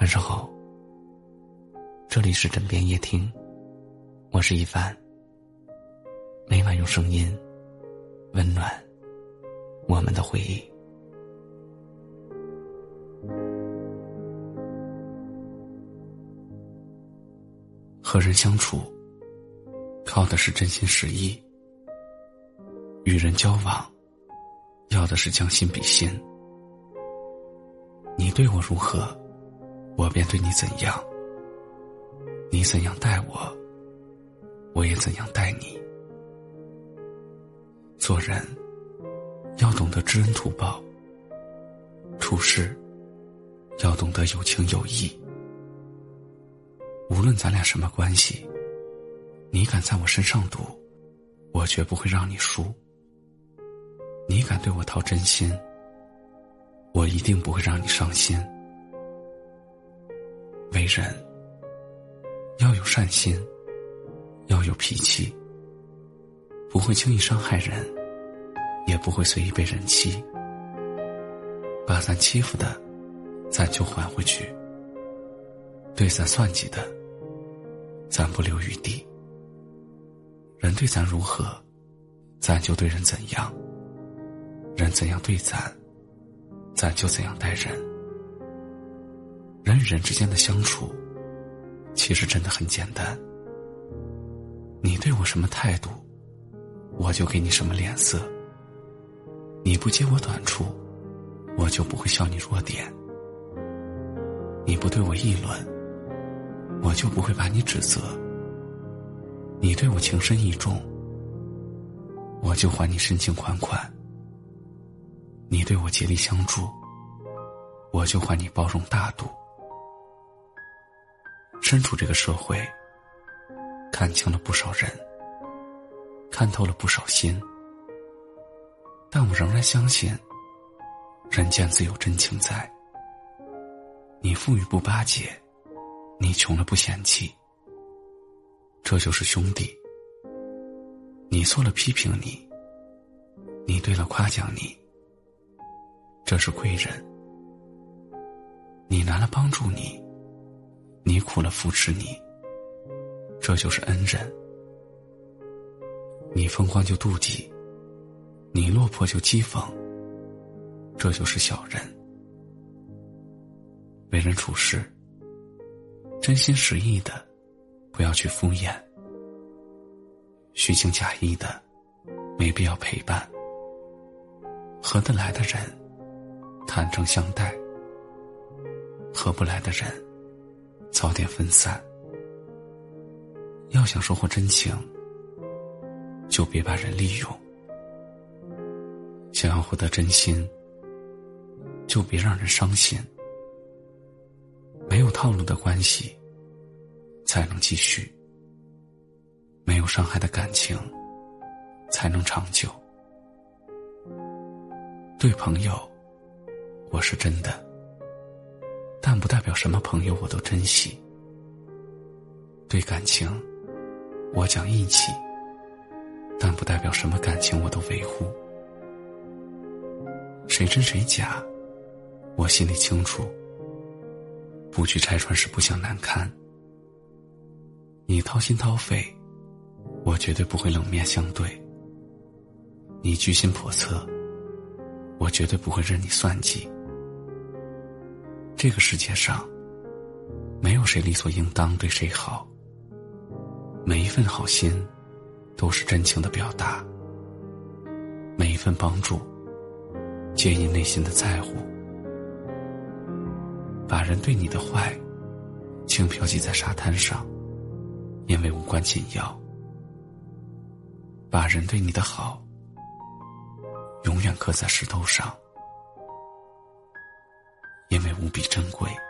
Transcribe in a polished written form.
上好，这里是枕边夜听，我是一凡，每晚用声音温暖我们的回忆。和人相处靠的是真心实意，与人交往要的是将心比心。你对我如何，我便对你怎样，你怎样待我，我也怎样待你。做人要懂得知恩图报，处事要懂得有情有义。无论咱俩什么关系，你敢在我身上赌，我绝不会让你输。你敢对我掏真心，我一定不会让你伤心。为人要有善心，要有脾气，不会轻易伤害人，也不会随意被人欺。把咱欺负的咱就还回去，对咱算计的咱不留余地。人对咱如何，咱就对人怎样，人怎样对咱，咱就怎样待人。人与人之间的相处其实真的很简单，你对我什么态度，我就给你什么脸色。你不揭我短处，我就不会笑你弱点。你不对我议论，我就不会把你指责。你对我情深意重，我就还你深情款款。你对我竭力相助，我就还你包容大度。身处这个社会，看清了不少人，看透了不少心，但我仍然相信人间自有真情在。你富裕不巴结，你穷了不嫌弃，这就是兄弟。你错了批评你，你对了夸奖你，这是贵人。你难了帮助你，你苦了扶持你，这就是恩人。你风光就妒忌，你落魄就讥讽，这就是小人。为人处事，真心实意的不要去敷衍，虚情假意的没必要陪伴。合得来的人坦诚相待，合不来的人早点分散。要想收获真情，就别把人利用。想要获得真心，就别让人伤心。没有套路的关系才能继续，没有伤害的感情才能长久。对朋友我是真的，但不代表什么朋友我都珍惜。对感情我讲义气，但不代表什么感情我都维护。谁真谁假我心里清楚，不去拆穿是不想难堪。你掏心掏肺，我绝对不会冷面相对。你居心叵测，我绝对不会任你算计。这个世界上没有谁理所应当对谁好，每一份好心都是真情的表达，每一份帮助皆因内心的在乎。把人对你的坏轻飘记在沙滩上，因为无关紧要。把人对你的好永远刻在石头上，因为无比珍贵。